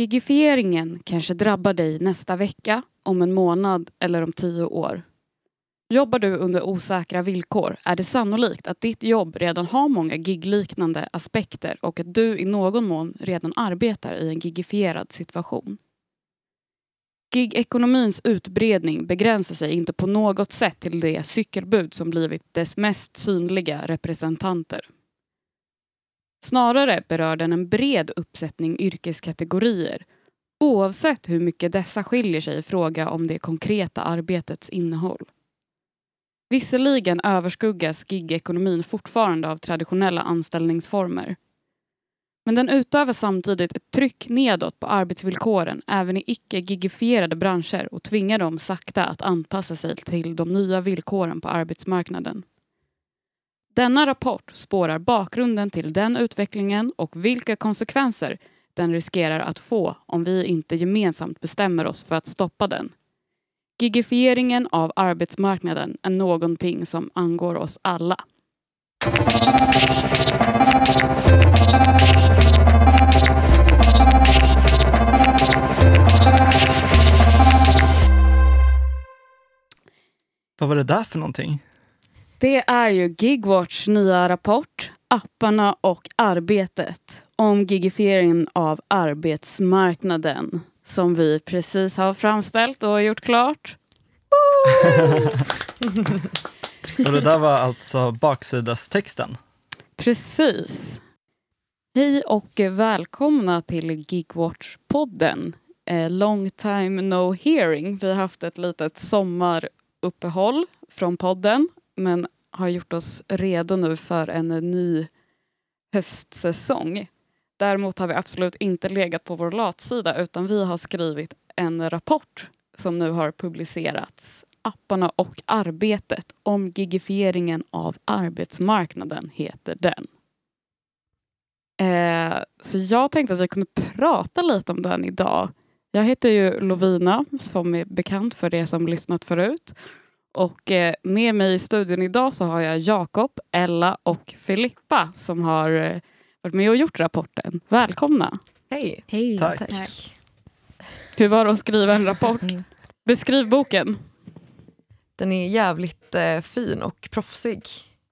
Gigifieringen kanske drabbar dig nästa vecka, om en månad eller om 10 år. Jobbar du under osäkra villkor är det sannolikt att ditt jobb redan har många gigliknande aspekter och att du i någon mån redan arbetar i en gigifierad situation. Gigekonomins utbredning begränsar sig inte på något sätt till det cykelbud som blivit dess mest synliga representanter. Snarare berör den en bred uppsättning yrkeskategorier, oavsett hur mycket dessa skiljer sig i fråga om det konkreta arbetets innehåll. Visserligen överskuggas gigekonomin fortfarande av traditionella anställningsformer. Men den utövar samtidigt ett tryck nedåt på arbetsvillkoren även i icke-gigifierade branscher och tvingar dem sakta att anpassa sig till de nya villkoren på arbetsmarknaden. Denna rapport spårar bakgrunden till den utvecklingen och vilka konsekvenser den riskerar att få om vi inte gemensamt bestämmer oss för att stoppa den. Gigifieringen av arbetsmarknaden är någonting som angår oss alla. Vad var det där för någonting? Det är ju Gigwatch nya rapport, apparna och arbetet om gigifieringen av arbetsmarknaden som vi precis har framställt och gjort klart. Och det där var alltså baksidastexten. Precis. Hej och välkomna till Gigwatch-podden. Long time no hearing. Vi har haft ett litet sommaruppehåll från podden men har gjort oss redo nu för en ny höstsäsong. Däremot har vi absolut inte legat på vår latsida utan vi har skrivit en rapport som nu har publicerats. Apparna och arbetet om gigifieringen av arbetsmarknaden heter den. Så jag tänkte att vi kunde prata lite om den idag. Jag heter ju Lovina som är bekant för det som lyssnat förut. Och med mig i studion idag så har jag Jakob, Ella och Filippa som har varit med och gjort rapporten. Välkomna! Hej! Hej, Tack. Hur var det att skriva en rapport? Beskriv boken. Den är jävligt fin och proffsig.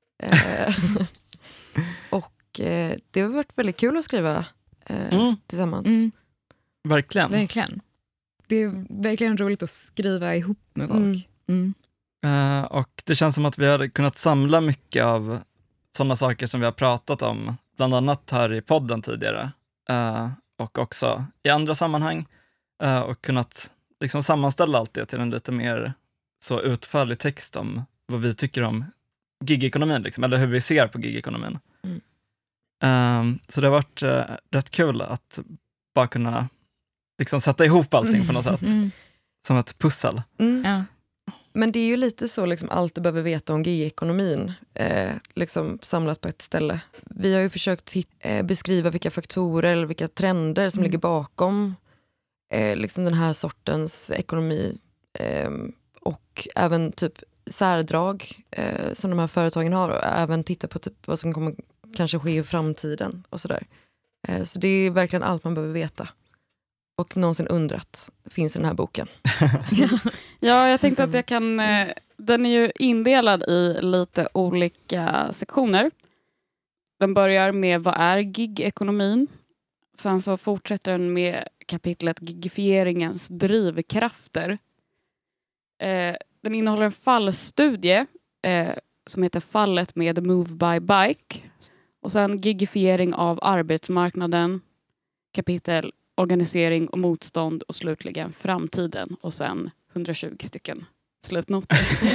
Och det har varit väldigt kul att skriva tillsammans. Verkligen. Verkligen. Det är verkligen roligt att skriva ihop med folk. Och det känns som att vi har kunnat samla mycket av sådana saker som vi har pratat om, bland annat här i podden tidigare och också i andra sammanhang och kunnat liksom sammanställa allt det till en lite mer så utförlig text om vad vi tycker om gigekonomin liksom, eller hur vi ser på gigekonomin. Så det har varit rätt kul att bara kunna liksom sätta ihop allting på något sätt som ett pussel. Ja. Men det är ju lite så liksom, allt du behöver veta om gigekonomin liksom samlat på ett ställe. Vi har ju försökt beskriva vilka faktorer eller vilka trender som ligger bakom liksom den här sortens ekonomi och även typ särdrag som de här företagen har och även titta på typ vad som kommer kanske ske i framtiden och sådär. Så det är verkligen allt man behöver veta. Och någonsin undrat finns i den här boken. Ja, jag tänkte att jag kan... Den är ju indelad i lite olika sektioner. Den börjar med vad är gigekonomin? Sen så fortsätter den med kapitlet gigifieringens drivkrafter. Den innehåller en fallstudie som heter Fallet med Move by Bike. Och sen gigifiering av arbetsmarknaden, kapitel organisering och motstånd och slutligen framtiden och sen 120 stycken slutnoter.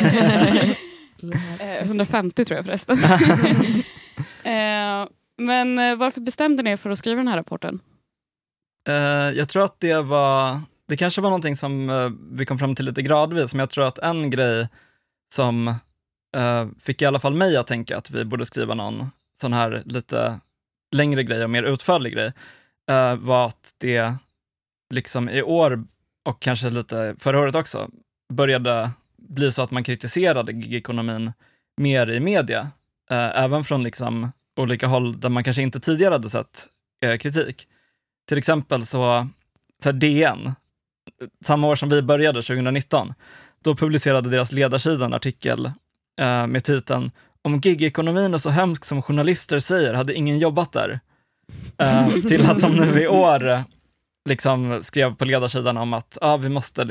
150 tror jag förresten. Men varför bestämde ni er för att skriva den här rapporten? Jag tror att det kanske var någonting som vi kom fram till lite gradvis, men jag tror att en grej som fick i alla fall mig att tänka att vi borde skriva någon sån här lite längre grej och mer utförlig grej var att det liksom i år och kanske lite förra året också började bli så att man kritiserade gigekonomin mer i media, även från liksom olika håll där man kanske inte tidigare hade sett kritik. Till exempel så så här DN, samma år som vi började, 2019, då publicerade deras ledarsida en artikel med titeln "Om gigekonomin är så hemsk som journalister säger hade ingen jobbat där". Till att de nu i år liksom skrev på ledarsidan om att vi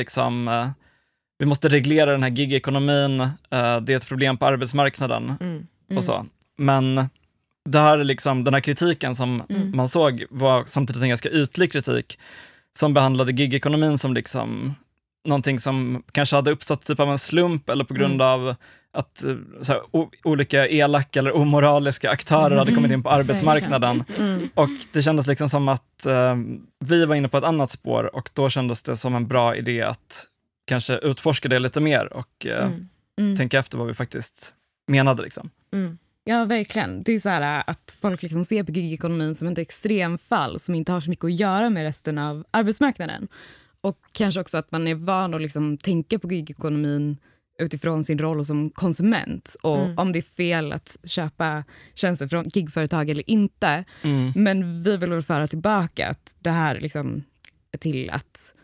måste reglera den här gigekonomin, det är ett problem på arbetsmarknaden och så. Men det här liksom, den här kritiken som man såg var samtidigt en ganska ytlig kritik som behandlade gigekonomin som liksom någonting som kanske hade uppstått typ av en slump eller på grund av att så här, olika elaka eller omoraliska aktörer hade kommit in på arbetsmarknaden. Och det kändes liksom som att vi var inne på ett annat spår, och då kändes det som en bra idé att kanske utforska det lite mer och tänka efter vad vi faktiskt menade liksom. Ja, verkligen. Det är så här att folk liksom ser på gigekonomin som ett extremfall som inte har så mycket att göra med resten av arbetsmarknaden. Och kanske också att man är van att liksom tänka på gigekonomin utifrån sin roll som konsument. Och om det är fel att köpa tjänster från gigföretag eller inte. Men vi vill föra tillbaka att det här liksom till att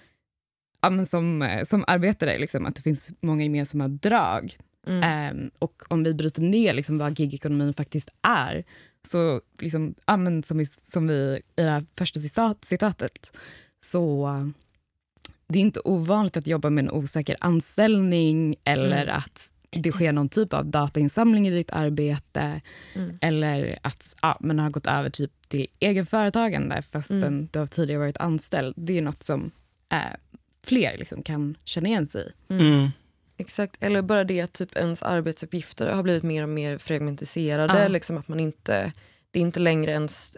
som arbetare liksom, att det finns många gemensamma drag. Och om vi bryter ner liksom vad gigekonomin faktiskt är, så liksom, som vi i det här första citatet, så det är inte ovanligt att jobba med en osäker anställning eller att det sker någon typ av datainsamling i ditt arbete eller att man har gått över typ till egenföretagande fastän du har tidigare varit anställd. Det är något som fler liksom kan känna igen sig i. Exakt, eller bara det att typ ens arbetsuppgifter har blivit mer och mer fragmentiserade. Liksom att man inte, det är inte längre ens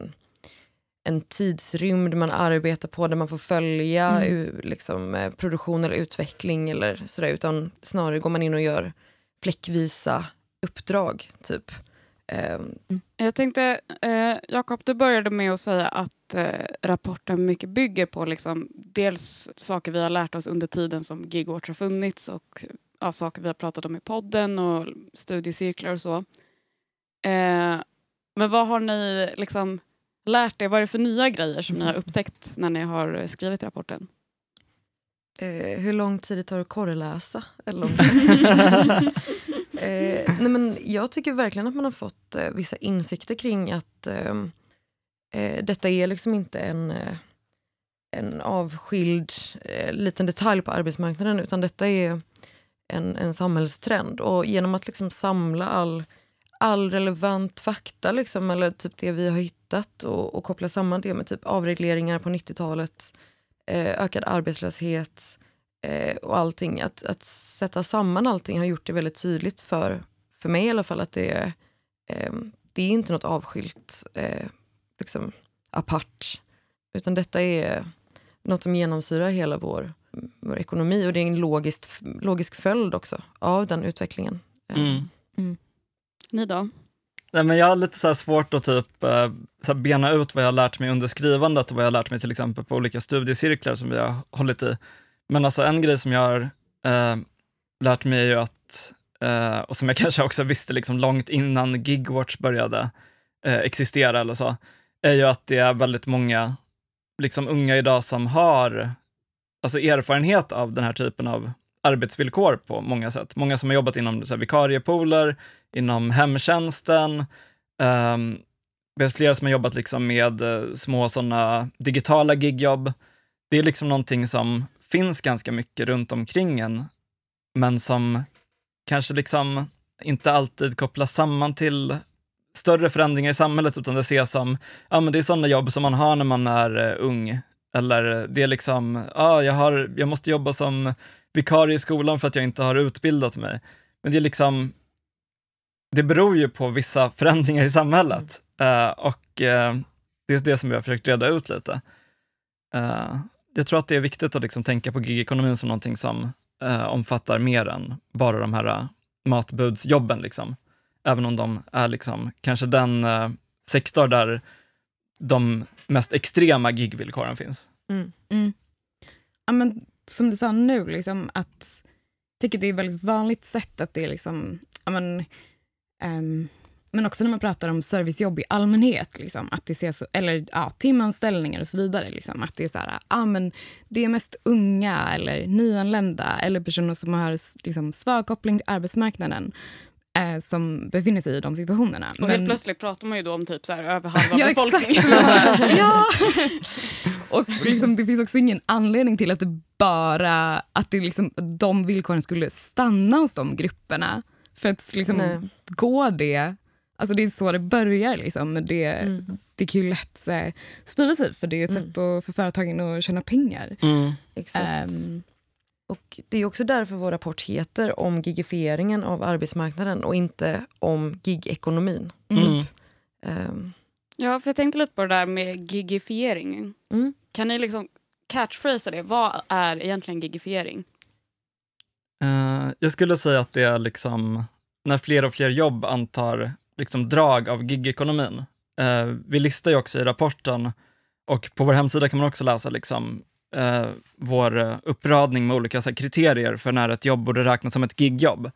en tidsrymd man arbetar på där man får följa liksom, produktion eller utveckling eller sådär, utan snarare går man in och gör fläckvisa uppdrag typ. Jag tänkte, Jakob, du började med att säga att rapporten mycket bygger på liksom, dels saker vi har lärt oss under tiden som Gigwatch har funnits och saker vi har pratat om i podden och studiecirklar och så. Men vad har ni liksom lärt er? Vad är det för nya grejer som ni har upptäckt när ni har skrivit rapporten? Hur lång tid det tar att korreläsa? Eller nej, men jag tycker verkligen att man har fått vissa insikter kring att detta är liksom inte en avskild liten detalj på arbetsmarknaden, utan detta är en samhällstrend. Och genom att liksom samla all relevant fakta liksom, eller typ det vi har hittat och koppla samman det med typ avregleringar på 90-talet, ökad arbetslöshet och allting, att sätta samman allting har gjort det väldigt tydligt för mig i alla fall att det är inte något avskilt liksom apart, utan detta är något som genomsyrar hela vår ekonomi, och det är en logisk följd också av den utvecklingen. Ni då? Nej, men jag har lite så här svårt att typ så här bena ut vad jag har lärt mig under skrivandet och vad jag har lärt mig till exempel på olika studiecirklar som vi har hållit i. Men alltså en grej som jag har lärt mig är ju att, och som jag kanske också visste liksom långt innan Gigwatch började existera eller så, är ju att det är väldigt många liksom unga idag som har alltså erfarenhet av den här typen av arbetsvillkor på många sätt. Många som har jobbat inom så här, vikariepooler, inom hemtjänsten. Vi har flera som har jobbat liksom med små sådana digitala gigjobb. Det är liksom någonting som finns ganska mycket runt omkring en, men som kanske liksom inte alltid kopplas samman till större förändringar i samhället, utan det ses som, men det är sådana jobb som man har när man är ung. Eller det är liksom, jag måste jobba som vikarie i skolan för att jag inte har utbildat mig. Men det är liksom, det beror ju på vissa förändringar i samhället. Och det är det som vi har försökt reda ut lite. Jag tror att det är viktigt att liksom tänka på gigekonomin som någonting som omfattar mer än bara de här matbudsjobben. Liksom. Även om de är liksom, kanske den sektor där de mest extrema gigvillkoren finns. Ja, men som du sa nu, liksom, att jag tycker det är ett väldigt vanligt sätt att det är liksom, Men också när man pratar om servicejobb i allmänhet, liksom, att det ser så, eller timanställningar och så vidare, liksom, att det är så här, men det är mest unga eller nyanlända eller personer som har liksom, svag koppling till arbetsmarknaden som befinner sig i de situationerna. Och helt plötsligt pratar man ju då om typ så här, över halva befolkningen. Ja. Och liksom, det finns också ingen anledning till att det liksom, de villkoren skulle stanna hos de grupperna. För att liksom, går det... Alltså det är så det börjar. Liksom. Men det kan ju lätt sprida sig. För det är ett sätt för företagen att tjäna pengar. Exakt. Och det är också därför vår rapport heter om gigifieringen av arbetsmarknaden och inte om gigekonomin. Ja, för jag tänkte lite på det där med gigifiering. Kan ni liksom catchphrasa det? Vad är egentligen gigifiering? Jag skulle säga att det är liksom när fler och fler jobb antar liksom drag av gigekonomin. Vi listar ju också i rapporten, och på vår hemsida kan man också läsa liksom, vår uppradning med olika så här, kriterier för när ett jobb borde räknas som ett gigjobb.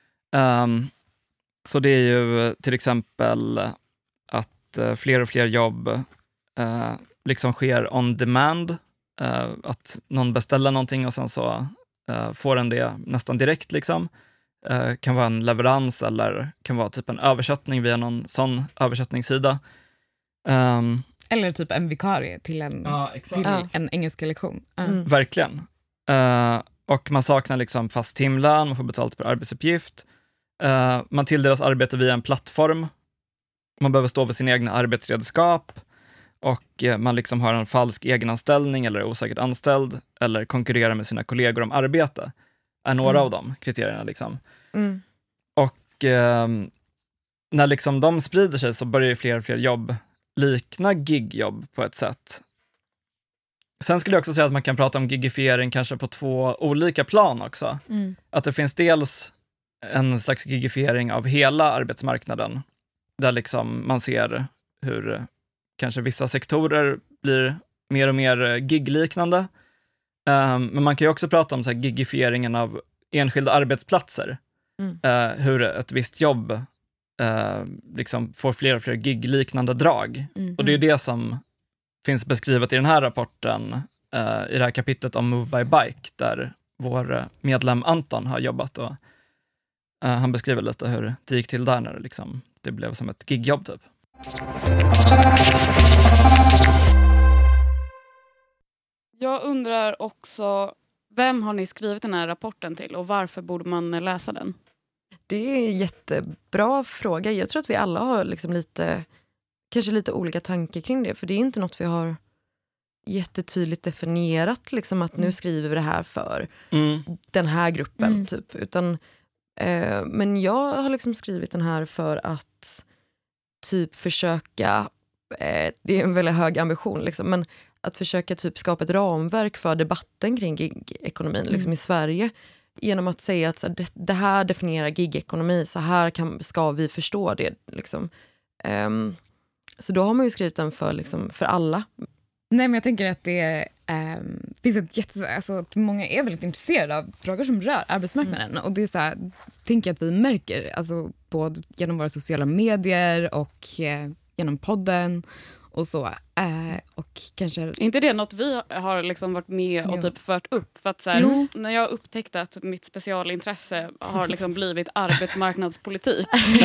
Så det är ju till exempel att fler och fler jobb liksom sker on demand. Att någon beställer någonting och sen så får den det nästan direkt. Liksom. Kan vara en leverans eller kan vara typ en översättning via någon sån översättningssida. Eller typ en vikarie till en engelska lektion. Verkligen. Och man saknar liksom fast timlön, man får betalt per arbetsuppgift. Man tilldelas arbete via en plattform. Man behöver stå för sina egna arbetsredskap. Och man liksom har en falsk egenanställning eller är osäkert anställd eller konkurrerar med sina kollegor om arbete. Är några av de kriterierna. Liksom. Och när liksom de sprider sig så börjar ju fler och fler jobb likna gigjobb på ett sätt. Sen skulle jag också säga att man kan prata om gigifiering kanske på 2 olika plan också. Att det finns dels en slags gigifiering av hela arbetsmarknaden där liksom man ser hur kanske vissa sektorer blir mer och mer gigliknande. Men man kan ju också prata om så här gigifieringen av enskilda arbetsplatser. Hur ett visst jobb liksom får fler och fler gigliknande drag. Och det är det som finns beskrivet i den här rapporten, i det här kapitlet om Move by Bike, där vår medlem Anton har jobbat. Och han beskriver lite hur det gick till där när liksom, det blev som ett gigjobb typ. Jag undrar också, vem har ni skrivit den här rapporten till och varför borde man läsa den? Det är en jättebra fråga. Jag tror att vi alla har liksom kanske lite olika tankar kring det. För det är inte något vi har jättetydligt definierat. Liksom att nu skriver vi det här för den här gruppen. Typ. Men jag har liksom skrivit den här för att typ försöka, det är en väldigt hög ambition liksom, men att försöka typ skapa ett ramverk för debatten kring gigekonomin liksom i Sverige. Genom att säga att så här, det här definierar gigekonomi, så här ska vi förstå det. Liksom. Så då har man ju skrivit den för alla. Nej, men jag tänker att det finns att många är väldigt intresserade av frågor som rör arbetsmarknaden. Och det är så här, tänker jag att vi märker, alltså, både genom våra sociala medier och genom podden och så. Och kanske... inte det något vi har liksom varit med och typ fört upp? För att så här, när jag upptäckte att mitt specialintresse har liksom blivit arbetsmarknadspolitik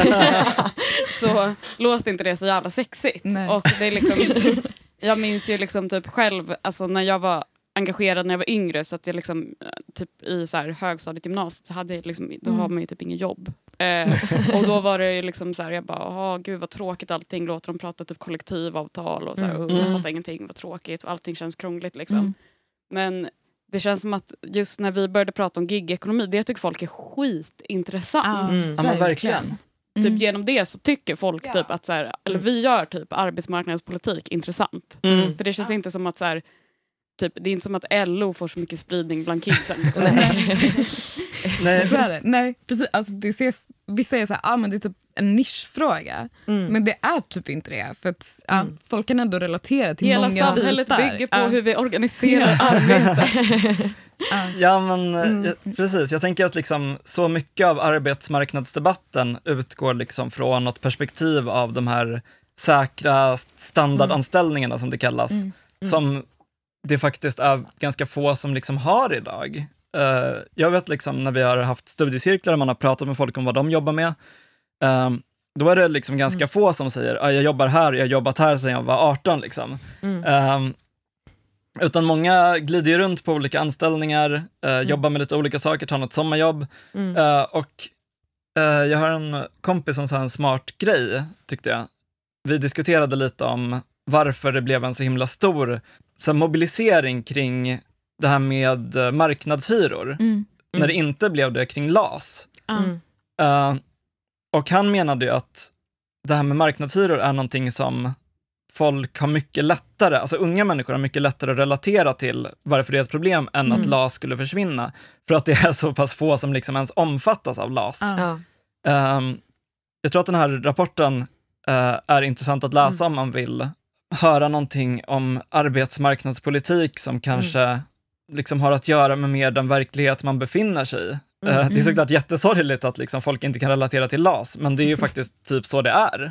så låter inte det så jävla sexigt. Nej. Och det är liksom, jag minns ju liksom typ själv, alltså när jag var engagerad när jag var yngre, så att jag liksom typ i så här högstadiet, gymnasiet, så hade jag liksom, då har man ju typ ingen jobb. Och då var det ju liksom så här, jag bara, gud vad tråkigt allting, låter de prata typ kollektivavtal och så här, och jag fattar ingenting, vad tråkigt, och allting känns krångligt liksom. Men det känns som att just när vi började prata om gigekonomi, det tycker folk är skitintressant. Ja, men verkligen. Typ genom det så tycker folk typ att så här, eller vi gör typ arbetsmarknadspolitik intressant. För det känns inte som att så här, typ, det är inte som att LO får så mycket spridning bland kidsen. Liksom. Nej. Så är det. Nej, precis. Alltså, vissa säger så här, men det är typ en nischfråga. Men det är typ inte det. För att folk kan ändå relatera till hela många samhället bitar. bygger på hur vi organiserar arbete. Ja, men precis. Jag tänker att liksom, så mycket av arbetsmarknadsdebatten utgår liksom från något perspektiv av de här säkra standardanställningarna som det kallas. Som det faktiskt är ganska få som liksom har idag. Jag vet liksom när vi har haft studiecirklar och man har pratat med folk om vad de jobbar med. Då är det liksom ganska få som säger jag jobbar här, jag har jobbat här sedan jag var 18 liksom. Utan många glider ju runt på olika anställningar, jobbar med lite olika saker, tar något sommarjobb. Och jag har en kompis som sa en smart grej, tyckte jag. Vi diskuterade lite om varför det blev en så himla stor mobilisering kring det här med marknadshyror. När det inte blev det kring LAS. Och han menade ju att det här med marknadshyror är någonting som folk har mycket lättare, alltså unga människor har mycket lättare att relatera till varför det är ett problem än att LAS skulle försvinna. För att det är så pass få som liksom ens omfattas av LAS. Jag tror att den här rapporten är intressant att läsa om man vill höra någonting om arbetsmarknadspolitik som kanske liksom har att göra med mer den verklighet man befinner sig i. Det är såklart jättesorgligt att liksom folk inte kan relatera till LAS, men det är ju faktiskt typ så det är.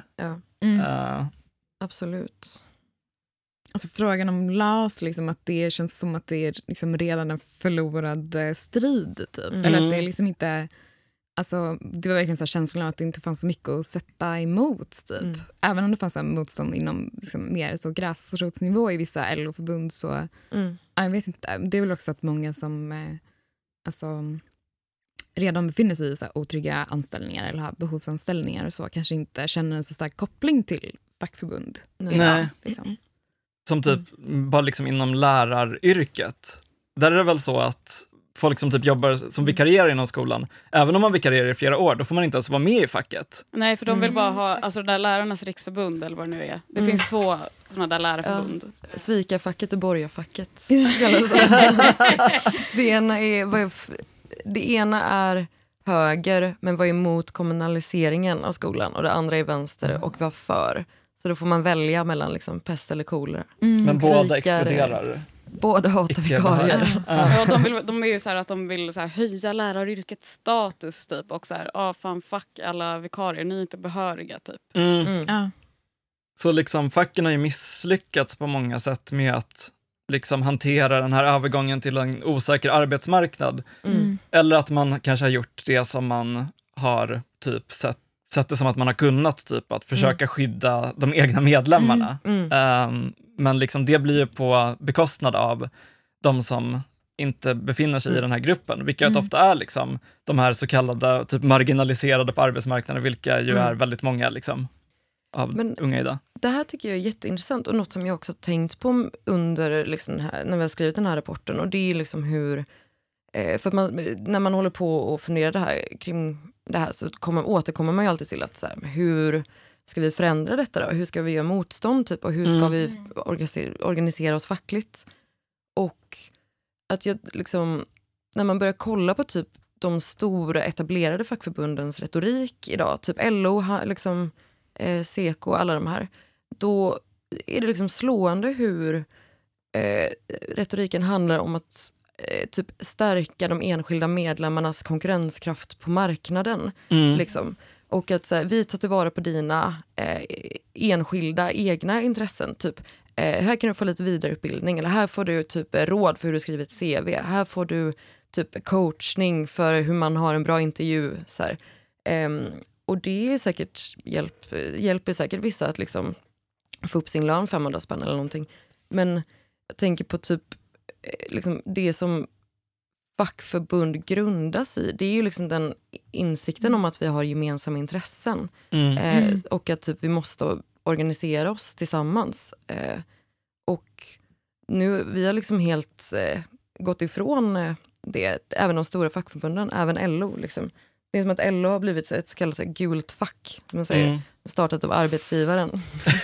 Absolut. Alltså frågan om LAS, liksom, att det känns som att det är liksom redan en förlorad strid typ. Eller att det är liksom inte, alltså det var verkligen så här känslan av att det inte fanns så mycket att sätta emot typ. Även om det fanns en motstånd inom liksom, mer så gräsrotsnivå i vissa LO-förbund så jag vet inte, det är väl också att många som alltså redan befinner sig i så här otrygga anställningar eller har behovsanställningar och så kanske inte känner en så stark koppling till fackförbund. Nej. Liksom. Som typ bara liksom inom läraryrket. Där är det väl så att folk som typ jobbar som vikarierar inom skolan, även om man vikarierar i flera år, då får man inte ens vara med i facket. Nej, för de vill bara ha, alltså det där Lärarnas riksförbund eller vad det nu är. Det finns 2 sådana där lärarförbund. Svikarfacket och borgarfacket. Det ena är höger, men var emot kommunaliseringen av skolan. Och det andra är vänster och var för. Så då får man välja mellan liksom pest eller kolera. Men båda exkluderar. Båda hatar vikarier. Ja, de är ju så här att de vill så här höja läraryrkets status typ. Och så här, fan fuck alla vikarier, ni är inte behöriga typ. Så liksom facken har ju misslyckats på många sätt med att liksom hantera den här övergången till en osäker arbetsmarknad. Eller att man kanske har gjort det som man har typ sett det som att man har kunnat typ att försöka skydda de egna medlemmarna. Men liksom det blir ju på bekostnad av de som inte befinner sig i den här gruppen, vilket ofta är liksom de här så kallade typ marginaliserade på arbetsmarknaden, vilka ju är väldigt många liksom av unga idag. Det här tycker jag är jätteintressant och något som jag också har tänkt på under liksom när vi har skrivit den här rapporten, och det är liksom hur för att när man håller på och funderar kring det här så återkommer man ju alltid till att så här, hur ska vi förändra detta då? Hur ska vi göra motstånd typ, och hur ska vi organisera oss fackligt? Och att jag liksom, när man börjar kolla på typ de stora etablerade fackförbundens retorik idag, typ LO, liksom SEKO och alla de här, då är det liksom slående hur retoriken handlar om att typ stärka de enskilda medlemmarnas konkurrenskraft på marknaden. Liksom. Och att så här, vi tar tillvara på dina enskilda egna intressen. Typ, här kan du få lite vidareutbildning, eller här får du typ råd för hur du skriver ett CV. Här får du typ coachning för hur man har en bra intervju. Så här. Och det är säkert hjälper säkert vissa att liksom få upp sin lön 500 spänn eller någonting. Men jag tänker på typ liksom det som fackförbund grundas i, det är ju liksom den insikten om att vi har gemensamma intressen och att typ vi måste organisera oss tillsammans. Och nu, vi har liksom helt gått ifrån det, även de stora fackförbunden, även LO liksom. Det är som att LO har blivit ett så kallat gult fack, som man säger, startat av arbetsgivaren.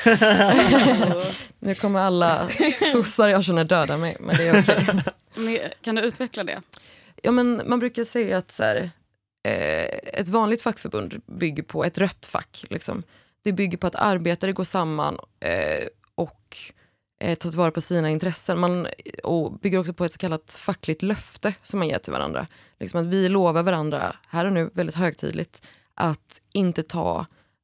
Nu kommer alla sossar jag känner döda mig, men det är okej. Kan du utveckla det? Ja, men man brukar säga att så här, ett vanligt fackförbund bygger på ett rött fack. Liksom. Det bygger på att arbetare går samman och tar tillvara på sina intressen. Och bygger också på ett så kallat fackligt löfte som man ger till varandra. Liksom att vi lovar varandra, här och nu väldigt högtidligt, att inte ta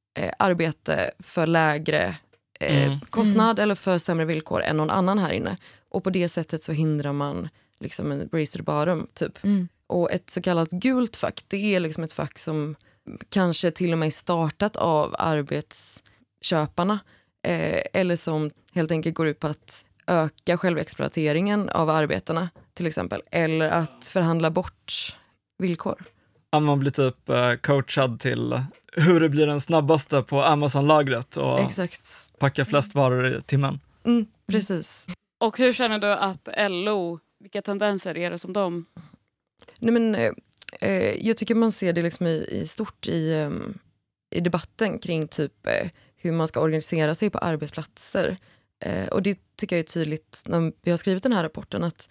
arbete för lägre kostnad eller för sämre villkor än någon annan här inne. Och på det sättet så hindrar man liksom en race to the bottom, typ. Och ett så kallat gult fack, det är liksom ett fack som kanske till och med är startat av arbetsköparna eller som helt enkelt går ut på att öka självexploateringen av arbetarna till exempel, eller att förhandla bort villkor. Ja, man blir typ coachad till hur det blir den snabbaste på Amazon-lagret och Exakt. packa flest varor i timmen. Precis. Och hur känner du att LO, vilka tendenser är det som de? Nej, men jag tycker man ser det liksom i stort i debatten kring typ hur man ska organisera sig på arbetsplatser. Och det tycker jag är tydligt när vi har skrivit den här rapporten, att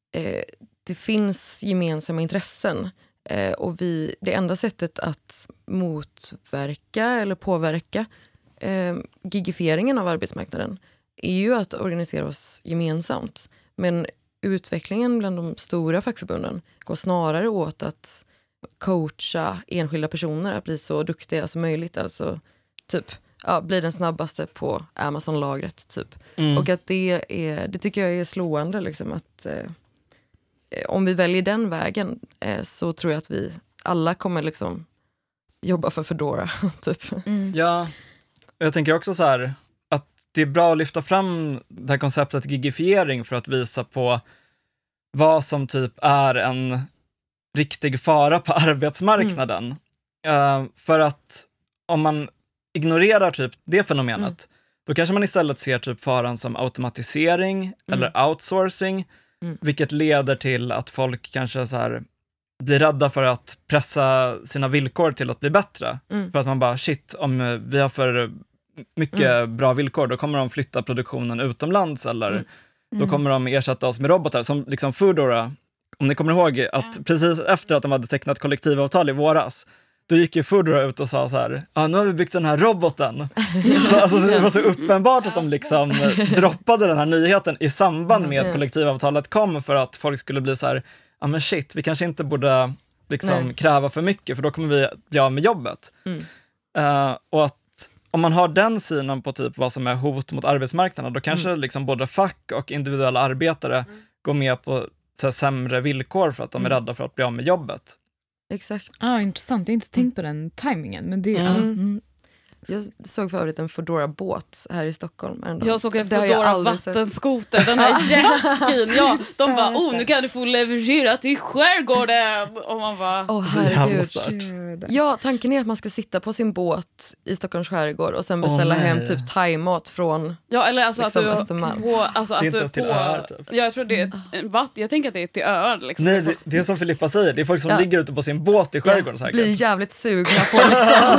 det finns gemensamma intressen. Och det enda sättet att motverka eller påverka gigifieringen av arbetsmarknaden är ju att organisera oss gemensamt. Men utvecklingen bland de stora fackförbunden går snarare åt att coacha enskilda personer att bli så duktiga som möjligt. Alltså typ bli den snabbaste på Amazon-lagret typ. Och att det tycker jag är slående liksom, att om vi väljer den vägen så tror jag att vi alla kommer liksom jobba för Foodora typ. Ja, jag tänker också så här att det är bra att lyfta fram det här konceptet gigifiering för att visa på vad som typ är en riktig fara på arbetsmarknaden. För att om man ignorerar typ det fenomenet, då kanske man istället ser typ faran som automatisering eller outsourcing, vilket leder till att folk kanske så här blir rädda för att pressa sina villkor till att bli bättre. För att man bara, shit, om vi har för mycket bra villkor, då kommer de flytta produktionen utomlands eller då kommer de ersätta oss med robotar. Som liksom Foodora, om ni kommer ihåg att precis efter att de hade tecknat kollektivavtal i våras, då gick ju Foodora ut och sa så här, nu har vi byggt den här roboten. Så, alltså, det var så uppenbart att de liksom droppade den här nyheten i samband med att kollektivavtalet kom, för att folk skulle bli så här, men shit, vi kanske inte borde liksom kräva för mycket, för då kommer vi bli av med jobbet. Och att om man har den synen på typ vad som är hot mot arbetsmarknaden, då kanske liksom både fack och individuella arbetare går med på så här, sämre villkor för att de är rädda för att bli av med jobbet. Exakt. Intressant. Jag har inte tänkt på den tajmingen. Men det, Jag såg förut en Foodora-båt här i Stockholm. Jag såg en Foodora-vattenskoter, den här jetskien. De bara, nu kan du få leverera till skärgården. Och man bara, herregud. Ja, tanken är att man ska sitta på sin båt i Stockholms skärgård och sen beställa hem typ thaimat från eller alltså liksom att du det är inte ens till öar typ. Jag tror det är jag tänker att det är till öar liksom. Nej, det är som Filippa säger, det är folk som ligger ute på sin båt i skärgården säkert. Blir jävligt sugna på liksom.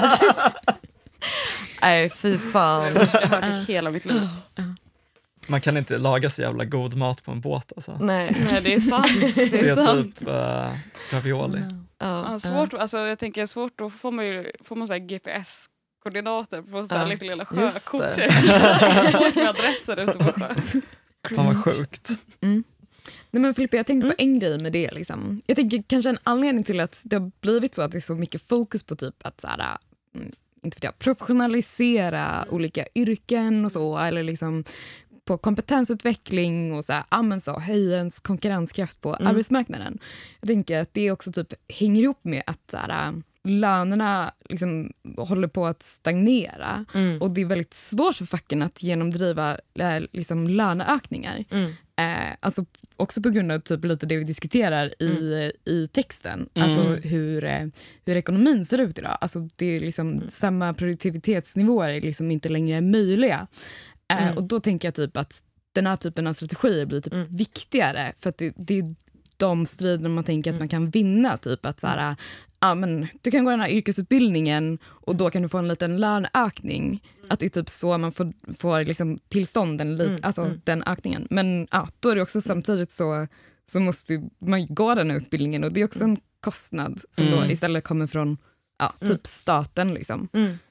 Nej, fy fan. Jag hörde hela mitt liv. Man kan inte laga så jävla god mat på en båt alltså. Nej, det är sant. Det är sant. Typ ravioli. Svårt, alltså jag tänker svårt, då får man så här GPS-koordinater på så här lite lilla sjökort. Svårt med adresser ute på sjön. Fan vad sjukt. Nej, men Filippa, jag tänkte på en grej med det. Liksom. Jag tänker kanske en anledning till att det har blivit så att det är så mycket fokus på typ att så här, inte vet jag, professionalisera olika yrken och så, eller liksom på kompetensutveckling och så här, höja ens konkurrenskraft på arbetsmarknaden. Jag tänker att det också typ hänger ihop med att så här, lönerna liksom håller på att stagnera och det är väldigt svårt för facken att genomdriva liksom löneökningar. Alltså också på grund av typ lite det vi diskuterar i texten. Alltså hur ekonomin ser ut idag. Alltså det är liksom samma produktivitetsnivåer är liksom inte längre möjliga. Och då tänker jag typ att den här typen av strategier blir typ viktigare, för att det är de strider man tänker att man kan vinna, typ att så här, men du kan gå den här yrkesutbildningen och då kan du få en liten löneökning. Att det är typ så man får liksom tillstånd alltså den ökningen. Men då är det också samtidigt så så måste man gå den utbildningen, och det är också en kostnad som då istället kommer från typ staten liksom.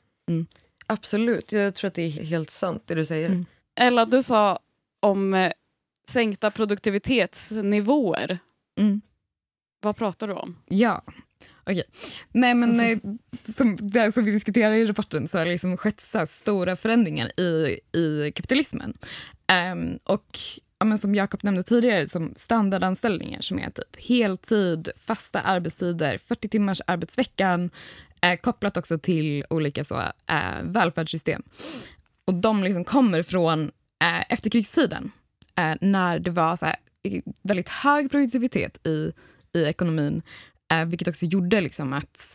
Absolut, jag tror att det är helt sant det du säger. Ella, du sa om sänkta produktivitetsnivåer. Vad pratar du om? Ja, okej. Nej, men som vi diskuterar i rapporten så har det liksom skett så här stora förändringar i kapitalismen. Och men som Jakob nämnde tidigare, som standardanställningar som är typ heltid, fasta arbetstider, 40 timmars arbetsveckan, kopplat också till olika välfärdssystem. Och de liksom kommer från efterkrigstiden, när det var så här, väldigt hög produktivitet i ekonomin, vilket också gjorde liksom att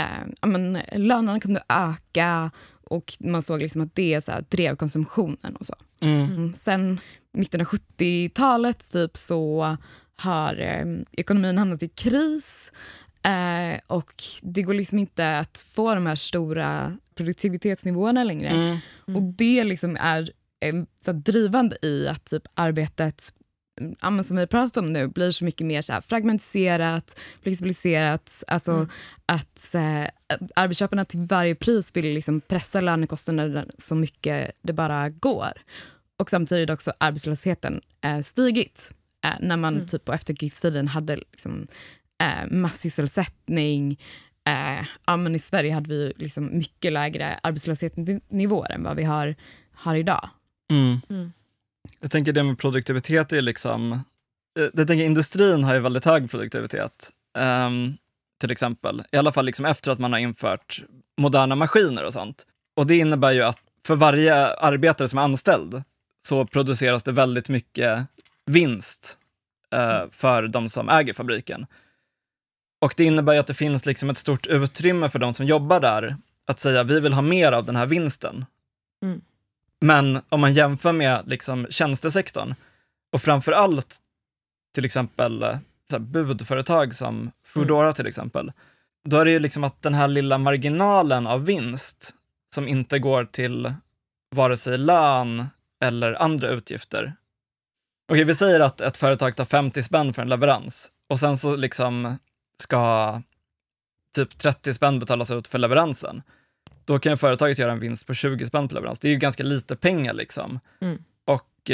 lönerna kunde öka, och man såg liksom att det så här drev konsumtionen och så. Sen mitten av 70-talet typ så har ekonomin hamnat i kris, och det går liksom inte att få de här stora produktivitetsnivåerna längre. Och det liksom är så drivande i att typ arbetet, som vi har pratat om nu, blir så mycket mer så här fragmentiserat, flexibiliserat, alltså att arbetsköparna till varje pris vill liksom pressa lönekostnaderna så mycket det bara går. Och samtidigt också arbetslösheten stigit, när man typ på efterkrigstiden hade liksom massysselsättning. Men i Sverige hade vi liksom mycket lägre arbetslöshetsnivåer än vad vi har idag. Jag tänker det med produktivitet är liksom, jag tänker industrin har ju väldigt hög produktivitet, till exempel. I alla fall liksom efter att man har infört moderna maskiner och sånt. Och det innebär ju att för varje arbetare som är anställd så produceras det väldigt mycket vinst för de som äger fabriken. Och det innebär ju att det finns liksom ett stort utrymme för de som jobbar där att säga vi vill ha mer av den här vinsten. Men om man jämför med liksom tjänstesektorn, och framförallt till exempel så här budföretag som Foodora till exempel, då är det ju liksom att den här lilla marginalen av vinst som inte går till vare sig lön eller andra utgifter. Okej, vi säger att ett företag tar 50 spänn för en leverans, och sen så liksom ska typ 30 spänn betalas ut för leveransen. Då kan ju företaget göra en vinst på 20 spänn på leverans. Det är ju ganska lite pengar liksom. Och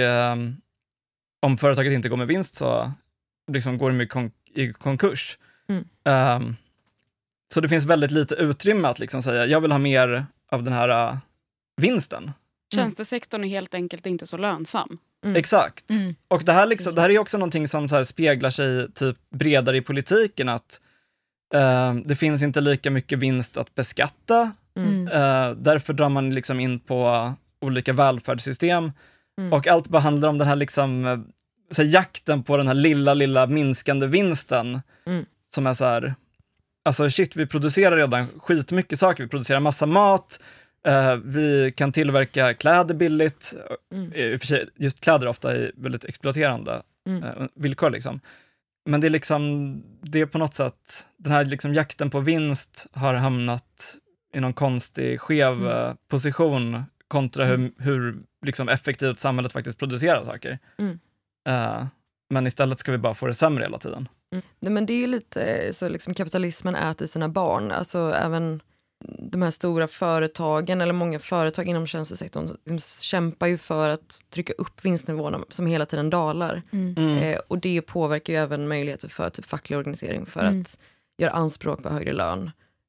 om företaget inte går med vinst så liksom går de i konkurs. Så det finns väldigt lite utrymme att liksom säga jag vill ha mer av den här vinsten. Tjänstesektorn är helt enkelt inte så lönsam. Exakt. Och det här, liksom, det här är också någonting som så här speglar sig typ bredare i politiken, att det finns inte lika mycket vinst att beskatta. Därför drar man liksom in på olika välfärdssystem, och allt bara handlar om den här liksom så här, jakten på den här lilla minskande vinsten, som är så här, alltså shit, vi producerar redan skitmycket saker, vi producerar massa mat, vi kan tillverka kläder billigt, i och för sig, just kläder ofta är väldigt exploaterande villkor liksom. Men det är liksom, det är på något sätt, den här liksom jakten på vinst har hamnat i någon konstig skev position kontra hur liksom effektivt samhället faktiskt producerar saker. Men istället ska vi bara få det sämre hela tiden. Nej, men det är ju lite så liksom kapitalismen äter sina barn. Alltså även de här stora företagen, eller många företag inom tjänstesektorn liksom kämpar ju för att trycka upp vinstnivåerna som hela tiden dalar. Och det påverkar ju även möjligheter för typ facklig organisering för att göra anspråk på högre lön.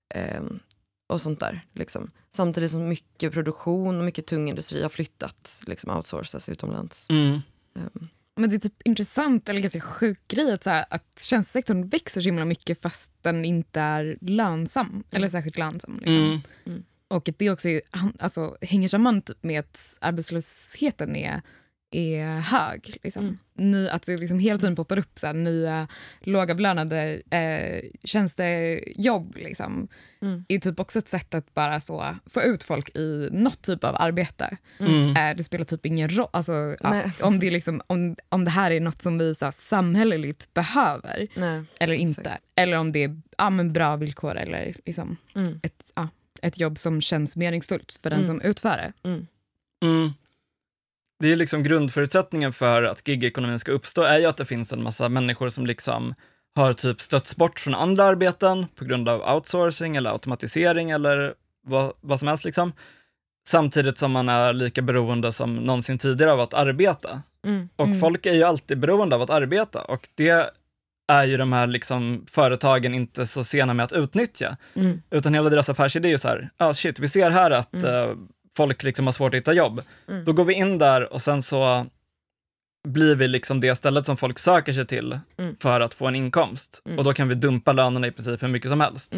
Och sånt där. Liksom. Samtidigt som mycket produktion och mycket tung industri har flyttat, liksom outsourcas utomlands. Men det är typ intressant, eller ganska sjuk grej att tjänstesektorn växer så himla mycket fast den inte är lönsam, eller särskilt lönsam. Liksom. Och att det också är, alltså, hänger samman typ med att arbetslösheten är hög. Liksom. Att det liksom hela tiden poppar upp så här, nya lågavlönade tjänstejobb. Liksom. Är typ också ett sätt att bara så få ut folk i något typ av arbete. Det spelar typ ingen roll. Alltså, om, det är liksom, om det här är något som vi så här, samhälleligt behöver. Eller inte. Exakt. Eller om det är men bra villkor eller liksom, ett jobb som känns meningsfullt för den som utför det. det är liksom grundförutsättningen för att gigekonomin ska uppstå är ju att det finns en massa människor som liksom har typ stötts bort från andra arbeten på grund av outsourcing eller automatisering eller vad som helst liksom. Samtidigt som man är lika beroende som någonsin tidigare av att arbeta. Och folk är ju alltid beroende av att arbeta och det är ju de här liksom företagen inte så sena med att utnyttja. Utan hela deras affärsidé är ju så här, shit, vi ser här att folk liksom har svårt att hitta jobb. Då går vi in där och sen så blir vi liksom det stället som folk söker sig till för att få en inkomst. Och då kan vi dumpa lönerna i princip hur mycket som helst.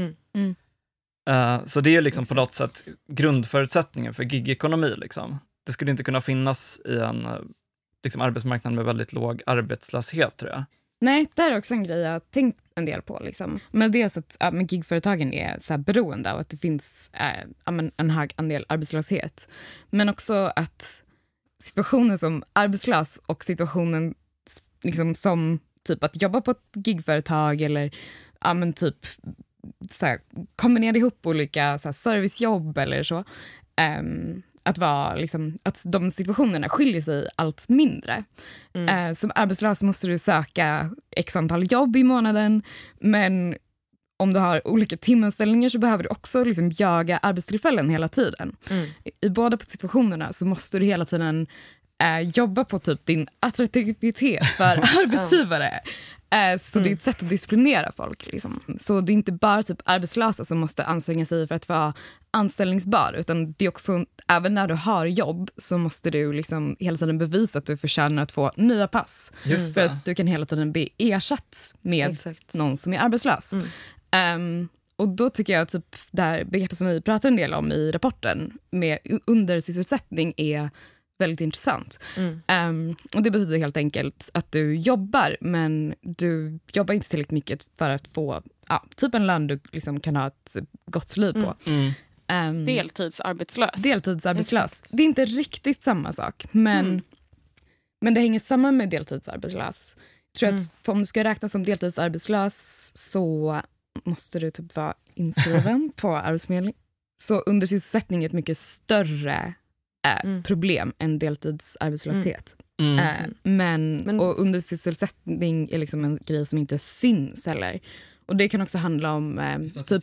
Så det är liksom på något sätt grundförutsättningen för gigekonomi. Liksom. Det skulle inte kunna finnas i en liksom, arbetsmarknad med väldigt låg arbetslöshet, tror jag. Nej, det är också en grej jag har tänkt en del på. Liksom. Men dels att men gigföretagen är så här beroende av att det finns en hög andel arbetslöshet. Men också att situationen som arbetslös och situationen liksom, som typ att jobba på ett gigföretag eller typ så här, kombinera ihop olika så här, servicejobb eller så. Att vara liksom, att de situationerna skiljer sig allt mindre. Som arbetslös måste du söka x antal jobb i månaden, men om du har olika timanställningar så behöver du också liksom jaga arbetstillfällen hela tiden. I båda situationerna så måste du hela tiden jobba på typ din attraktivitet för arbetsgivare. Så det är ett sätt att disciplinera folk. Liksom. Så det är inte bara typ arbetslösa som måste anstränga sig för att vara anställningsbar, utan det är också, även när du har jobb så måste du liksom hela tiden bevisa att du förtjänar att få nya pass. För att du kan hela tiden bli ersatt med någon som är arbetslös. Och då tycker jag typ det här begreppet som vi pratar en del om i rapporten med undersysselsättning är väldigt intressant. Och det betyder helt enkelt att du jobbar, men du jobbar inte tillräckligt mycket för att få typ en lön du liksom kan ha ett gott liv på. Deltidsarbetslös. Det är inte riktigt samma sak, men det hänger samman med deltidsarbetslös. Jag tror att om du ska räknas som deltidsarbetslös så måste du typ vara inskriven på Arbetsförmedlingen. Så undersysselsättning är ett mycket större problem än deltidsarbetslöshet. Och undersysselsättning är liksom en grej som inte syns heller. Och det kan också handla om typ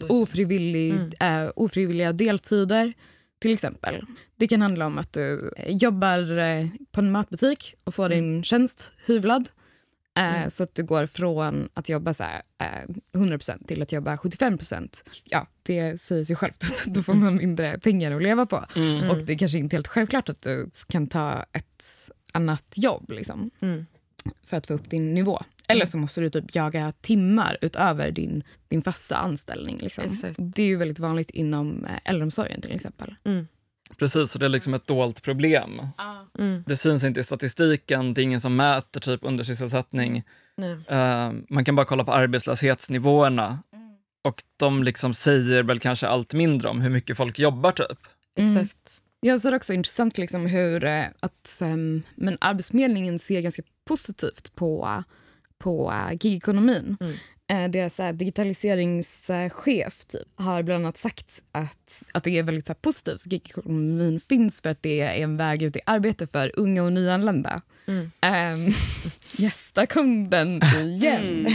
ofrivilliga deltider till exempel. Det kan handla om att du jobbar på en matbutik och får din tjänst hyvlad. Så att du går från att jobba så här, 100% till att jobba 75%. Ja, det säger sig självt att då får man mindre pengar att leva på. Och det är kanske inte helt självklart att du kan ta ett annat jobb liksom, för att få upp din nivå. Eller så måste du typ jaga timmar utöver din fasta anställning. Liksom. Det är ju väldigt vanligt inom äldreomsorgen till exempel. Precis, så det är liksom ett dolt problem. Det syns inte i statistiken, det är ingen som mäter typ undersysselsättning. Man kan bara kolla på arbetslöshetsnivåerna. Och de liksom säger väl kanske allt mindre om hur mycket folk jobbar typ. Exakt. Jag så är det också intressant liksom hur men Arbetsförmedlingen ser ganska positivt på gigekonomin. Deras digitaliseringschef typ, har bland annat sagt att det är väldigt så här, positivt att gigekonomin finns för att det är en väg ut i arbete för unga och nyanlända. Yes, där kom den igen.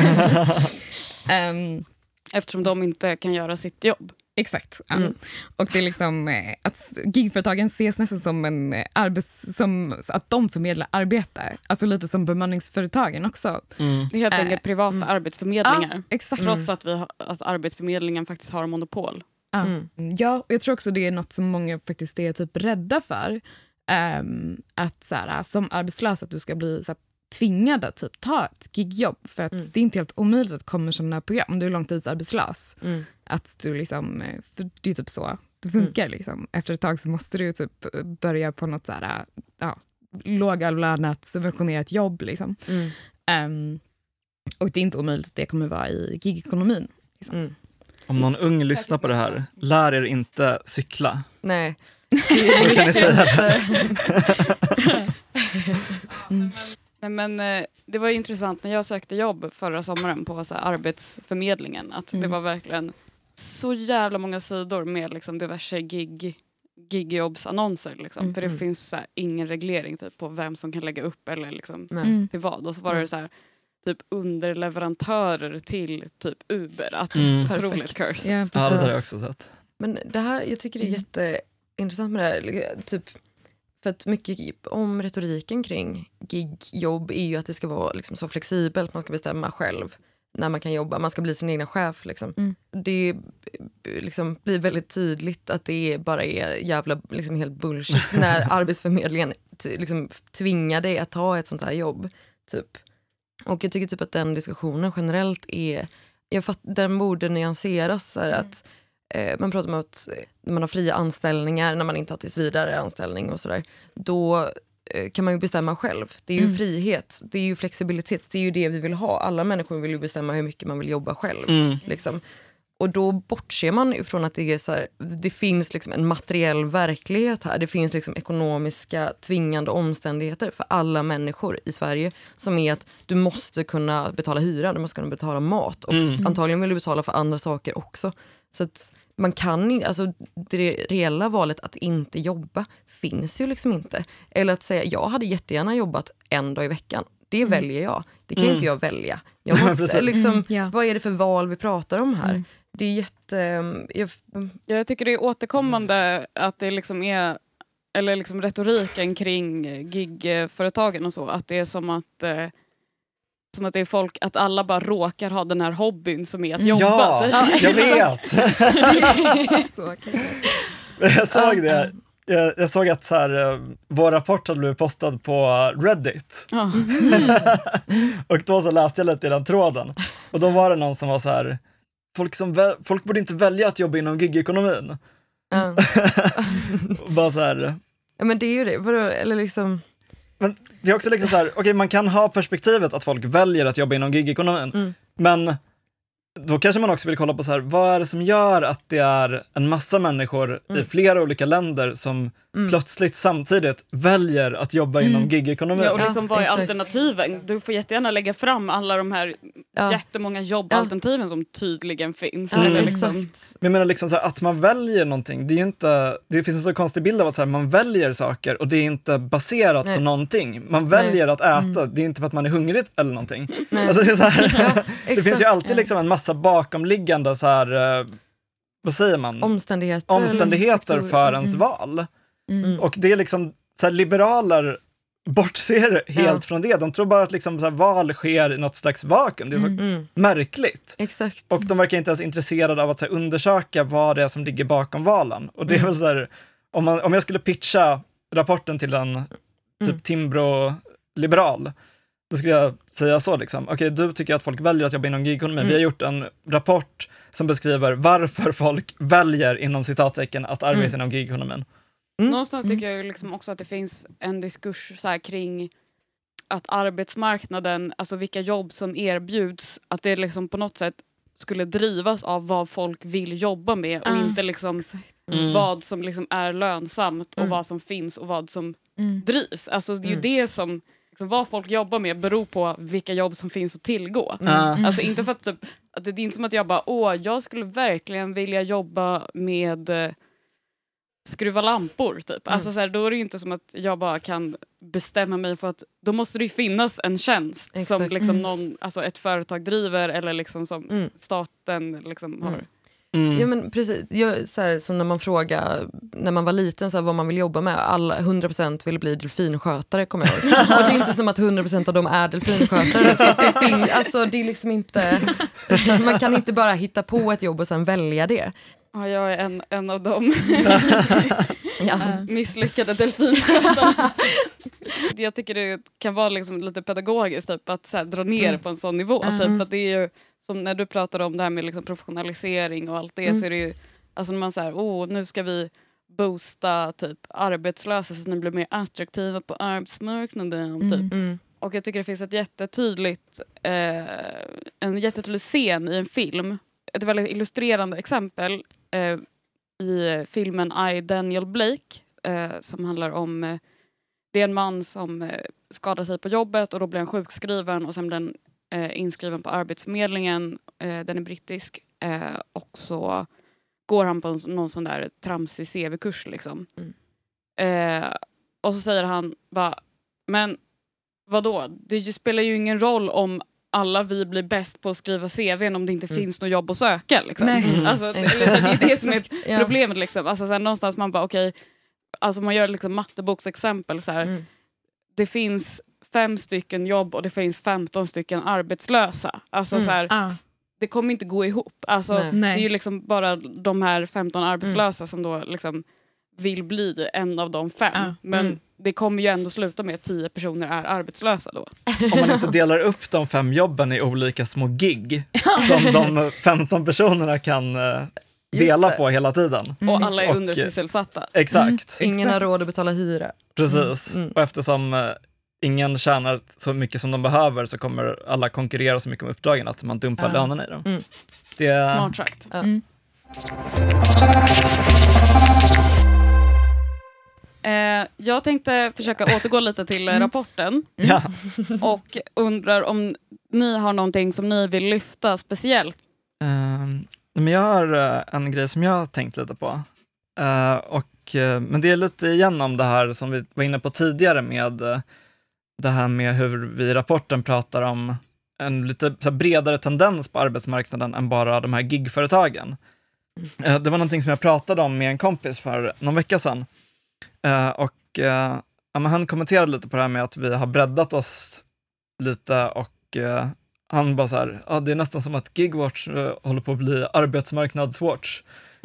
Eftersom de inte kan göra sitt jobb. Exakt. Och det är liksom att gigföretagen ses nästan som som att de förmedlar arbete. Alltså lite som bemanningsföretagen också. Det är helt enkelt privata arbetsförmedlingar. Exakt. Trots att Arbetsförmedlingen faktiskt har monopol. Ja, och jag tror också det är något som många faktiskt är typ rädda för. Att så här, som arbetslös att du ska bli så här, tvingad att typ ta ett gigjobb. För att det är inte helt omöjligt att komma sådana program om du är långtidsarbetslös. Att du liksom, för det är typ så det funkar liksom. Efter ett tag så måste du typ börja på något så här, lågavlönat subventionerat jobb liksom. Och det är inte omöjligt att det kommer vara i gigekonomin liksom. Om någon ung lyssnar på det här, lär er inte cykla. Nej. Vad kan ni säga? Nej, men det var intressant när jag sökte jobb förra sommaren på så här, Arbetsförmedlingen. Att det var verkligen så jävla många sidor med liksom, diverse gigjobbsannonser liksom. För det finns så här, ingen reglering typ, på vem som kan lägga upp eller liksom till vad. Och så var det så här typ underleverantörer till typ Uber. Att otroligt curse. Ja, Ja, det där har jag också sett. Men det här, jag tycker det är jätteintressant med det här. Typ, för att mycket om retoriken kring gigjobb är ju att det ska vara liksom så flexibelt. Man ska bestämma själv när man kan jobba. Man ska bli sin egna chef. Liksom. Det liksom blir väldigt tydligt att det bara är jävla liksom helt bullshit när Arbetsförmedlingen liksom tvingar dig att ta ett sånt här jobb. Typ. Och jag tycker typ att den diskussionen generellt är... den borde nyanseras. Så här, att man pratar om att man har fria anställningar när man inte har tillsvidare anställning och sådär. Då kan man ju bestämma själv. Det är ju frihet, det är ju flexibilitet, det är ju det vi vill ha. Alla människor vill ju bestämma hur mycket man vill jobba själv. Liksom. Och då bortser man ifrån att det är så här, det finns liksom en materiell verklighet här. Det finns liksom ekonomiska tvingande omständigheter för alla människor i Sverige som är att du måste kunna betala hyra, du måste kunna betala mat och antagligen vill du betala för andra saker också. Så att man kan alltså det reella valet att inte jobba finns ju liksom inte. Eller att säga, jag hade jättegärna jobbat en dag i veckan. Det väljer jag. Det kan ju inte jag välja. Jag måste liksom, vad är det för val vi pratar om här? Det är Jag tycker det är återkommande att det liksom är, eller liksom retoriken kring gigföretagen och så, att det är som att det är folk, att alla bara råkar ha den här hobbyn som är att jobba. Ja, jag vet! Så, Jag såg det. Jag såg att så här, vår rapport hade blivit postad på Reddit. Och då så läste jag lite i den tråden. Och då var det någon som var så här, folk borde inte välja att jobba inom gigekonomin. Bara så här. Ja, men det är ju det. Eller liksom... Men det är också liksom så här, okej, man kan ha perspektivet att folk väljer att jobba inom gigekonomin. Men då kanske man också vill kolla på så här, vad är det som gör att det är en massa människor i flera olika länder som plötsligt samtidigt väljer att jobba inom gigekonomin. Ja, och liksom, vad är alternativen? Du får jättegärna lägga fram alla de här jättemånga jobbalternativen som tydligen finns. Eller liksom. Men jag menar liksom så här, att man väljer någonting, det är ju inte, det finns en så konstig bild av att så här, man väljer saker och det är inte baserat på någonting. Man väljer att äta, det är inte för att man är hungrig eller någonting. Alltså det är så här, det finns ju alltid liksom en massa bakomliggande så här, vad säger man? Omständigheter för ens val. Och det är liksom så här, liberaler bortser helt från det. De tror bara att liksom, så här, val sker i något slags vakuum. Det är så märkligt. Exakt. Och de verkar inte ens intresserade av att så här, undersöka vad det är som ligger bakom valen. Och det är väl så här, om jag skulle pitcha rapporten till en typ Timbro-liberal, då skulle jag säga så liksom. Okej, du tycker att folk väljer att jobba inom gigekonomin. Vi har gjort en rapport som beskriver varför folk väljer inom citattecken att arbeta inom gigekonomin. Någonstans tycker jag liksom också att det finns en diskurs så här kring att arbetsmarknaden, alltså vilka jobb som erbjuds, att det liksom på något sätt skulle drivas av vad folk vill jobba med och inte liksom vad som liksom är lönsamt och vad som finns och vad som drivs. Alltså det är ju det som liksom, vad folk jobbar med beror på vilka jobb som finns att tillgå. Alltså inte för att, typ, att det är inte som att jag bara, jag skulle verkligen vilja jobba med skruva lampor typ. Alltså så här, då är det ju inte som att jag bara kan bestämma mig för att då måste det ju finnas en tjänst som liksom någon, alltså ett företag driver eller liksom som staten liksom har. Ja men precis, så här, som när man frågar när man var liten så här, vad man vill jobba med, alla 100% ville bli delfinskötare, kommer jag ihåg. Och det är inte som att 100% av dem är delfinskötare, för att det finns, alltså det är liksom inte, man kan inte bara hitta på ett jobb och sen välja det. Ja, jag är en av dem misslyckade delfinskötarna. Jag tycker det kan vara liksom lite pedagogiskt typ, att så här, dra ner på en sån nivå. Typ, för att det är ju, som när du pratar om det här med liksom professionalisering och allt det, så är det ju, alltså när man säger, nu ska vi boosta typ arbetslösa så att ni blir mer attraktiva på arbetsmarknaden. Typ. Och jag tycker det finns ett en jättetydlig scen i en film, ett väldigt illustrerande exempel i filmen I, Daniel Blake, som handlar om det är en man som skadar sig på jobbet och då blir han sjukskriven och sen blir han inskriven på Arbetsförmedlingen, den är brittisk, och så går han på någon sån där tramsig CV-kurs liksom. Och så säger han bara, men vadå? Det spelar ju ingen roll om alla vi blir bäst på att skriva CV:n om det inte finns något jobb att söka. Liksom. Alltså, eller, det är det som är problemet. Liksom. Alltså, så här, någonstans man bara, okej, alltså man gör liksom matteboksexempel. Så här, det finns 5 stycken jobb och det finns 15 stycken arbetslösa. Alltså så här, det kommer inte gå ihop. Alltså, det är ju liksom bara de här 15 arbetslösa som då liksom vill bli en av de 5. Men det kommer ju ändå sluta med att 10 personer är arbetslösa då. Om man inte delar upp de 5 jobben i olika små gig som de 15 personerna kan dela på hela tiden. Och alla är undersysselsatta. Exakt. Ingen har råd att betala hyra. Precis. Och eftersom ingen tjänar så mycket som de behöver så kommer alla konkurrera så mycket om uppdragen att man dumpar lönerna i dem. Det är... Smart sagt. Jag tänkte försöka återgå lite till rapporten. Ja. Och undrar om ni har någonting som ni vill lyfta speciellt. Men jag har en grej som jag har tänkt lite på. Men det är lite igen om det här som vi var inne på tidigare med det här med hur vi i rapporten pratar om en lite så här bredare tendens på arbetsmarknaden än bara de här gigföretagen. Det var någonting som jag pratade om med en kompis för någon vecka sedan. Men han kommenterade lite på det här med att vi har breddat oss lite och han bara så här, det är nästan som att Gigwatch håller på att bli arbetsmarknadswatch.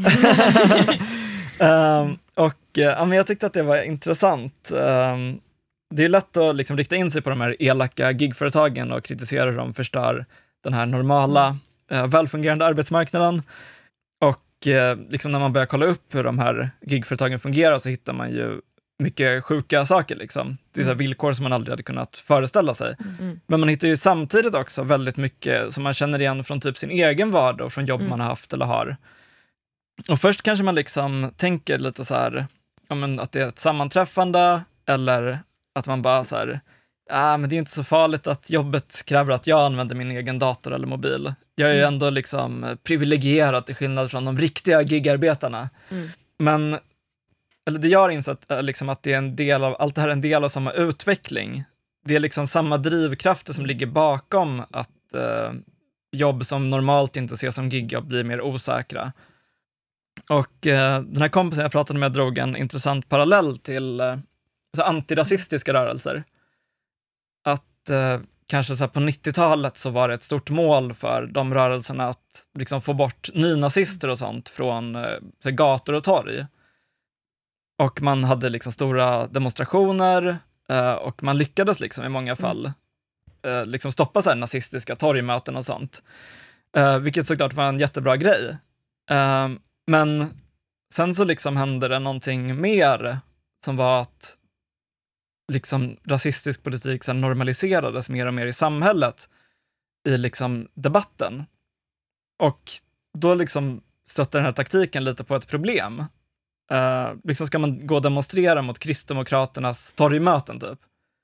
Men jag tyckte att det var intressant. Det är lätt att liksom rikta in sig på de här elaka gigföretagen och kritisera hur de förstör den här normala, välfungerande arbetsmarknaden. Och liksom när man börjar kolla upp hur de här gigföretagen fungerar så hittar man ju mycket sjuka saker. Liksom. Det är så här villkor som man aldrig hade kunnat föreställa sig. Men man hittar ju samtidigt också väldigt mycket som man känner igen från typ sin egen vardag och från jobb man har haft eller har. Och först kanske man liksom tänker lite så här, att det är ett sammanträffande eller att man bara så här, men det är inte så farligt att jobbet kräver att jag använder min egen dator eller mobil. Jag är ju ändå liksom privilegierad till skillnad från de riktiga gigarbetarna. Men eller det jag har insett är liksom att det är en del av, allt det här är en del av samma utveckling. Det är liksom samma drivkrafter som ligger bakom att jobb som normalt inte ses som gigjobb blir mer osäkra. Och den här kompisen jag pratade med drog en intressant parallell till antirasistiska rörelser. Att kanske så här på 90-talet så var det ett stort mål för de rörelserna att liksom få bort nynazister och sånt från gator och torg. Och man hade liksom stora demonstrationer och man lyckades liksom i många fall liksom stoppa så här nazistiska torgmöten och sånt. Vilket såklart var en jättebra grej. Men sen så liksom hände det någonting mer som var att liksom rasistisk politik så normaliserades mer och mer i samhället i liksom debatten. Och då liksom stötte den här taktiken lite på ett problem. Liksom ska man gå och demonstrera mot Kristdemokraternas torgmöten typ.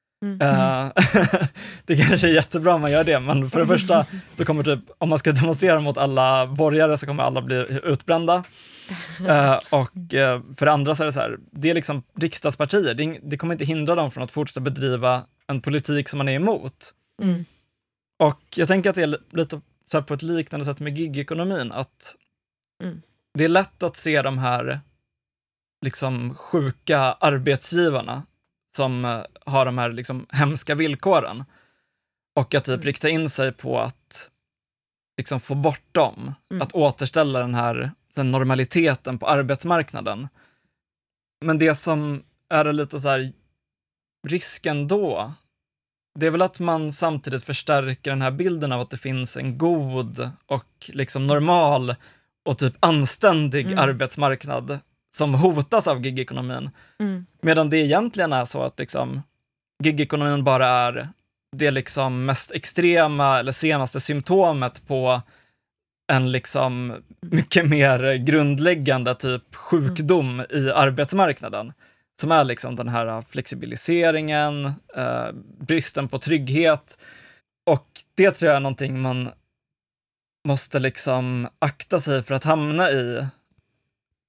Det kanske är jättebra om man gör det, men för det första så kommer typ, om man ska demonstrera mot alla borgare så kommer alla bli utbrända. Och för det andra så är det så här, det är liksom riksdagspartier, det kommer inte hindra dem från att fortsätta bedriva en politik som man är emot. Och jag tänker att det är lite så här på ett liknande sätt med gigekonomin, att det är lätt att se de här liksom sjuka arbetsgivarna som har de här liksom hemska villkoren och att typ rikta in sig på att liksom få bort dem, att återställa den normaliteten på arbetsmarknaden. Men det som är lite så här risken då, det är väl att man samtidigt förstärker den här bilden av att det finns en god och liksom normal och typ anständig arbetsmarknad som hotas av gigekonomin. Medan det egentligen är så att liksom gigekonomin bara är det liksom mest extrema eller senaste symptomet på en liksom mycket mer grundläggande typ sjukdom i arbetsmarknaden. Som är liksom den här flexibiliseringen, bristen på trygghet. Och det tror jag är någonting man måste liksom akta sig för att hamna i.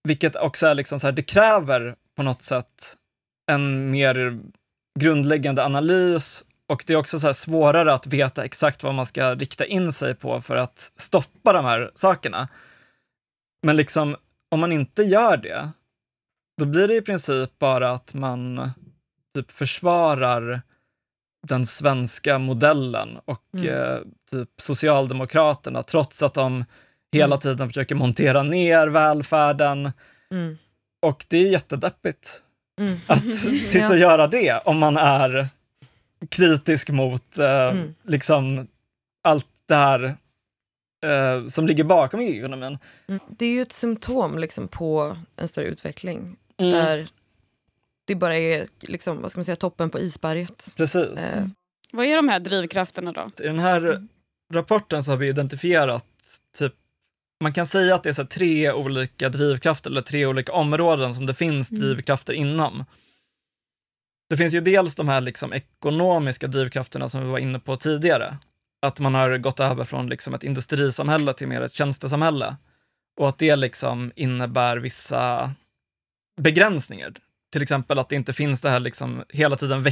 Vilket också är liksom så här, det kräver på något sätt en mer grundläggande analys, och det är också så här svårare att veta exakt vad man ska rikta in sig på för att stoppa de här sakerna. Men liksom, om man inte gör det, då blir det i princip bara att man typ försvarar den svenska modellen och typ Socialdemokraterna, trots att de hela tiden försöker montera ner välfärden. Och det är jättedeppigt att sitta och göra det om man är kritisk mot liksom allt det här som ligger bakom ekonomin. Det är ju ett symptom liksom på en större utveckling där det bara är liksom, vad ska man säga, toppen på isberget. Precis. Vad är de här drivkrafterna då? I den här rapporten så har vi identifierat typ, man kan säga att det är så 3 olika drivkrafter eller 3 olika områden som det finns drivkrafter inom. Det finns ju dels de här liksom ekonomiska drivkrafterna som vi var inne på tidigare. Att man har gått över från liksom ett industrisamhälle till mer ett tjänstesamhälle. Och att det liksom innebär vissa begränsningar. Till exempel att det inte finns det här liksom hela tiden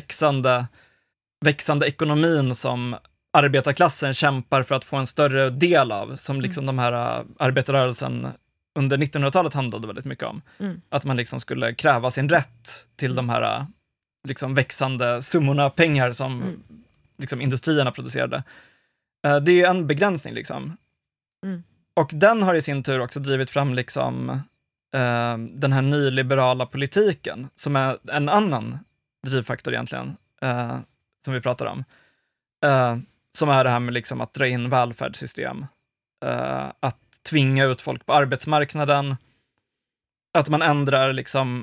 växande ekonomin som arbetarklassen kämpar för att få en större del av, som liksom de här arbetarrörelsen under 1900-talet handlade väldigt mycket om. Att man liksom skulle kräva sin rätt till de här liksom växande summorna pengar som liksom industrierna producerade. Det är ju en begränsning liksom. Och den har i sin tur också drivit fram liksom den här nyliberala politiken, som är en annan drivfaktor egentligen, som vi pratar om. Som är det här med liksom att dra in välfärdssystem, att tvinga ut folk på arbetsmarknaden, att man ändrar liksom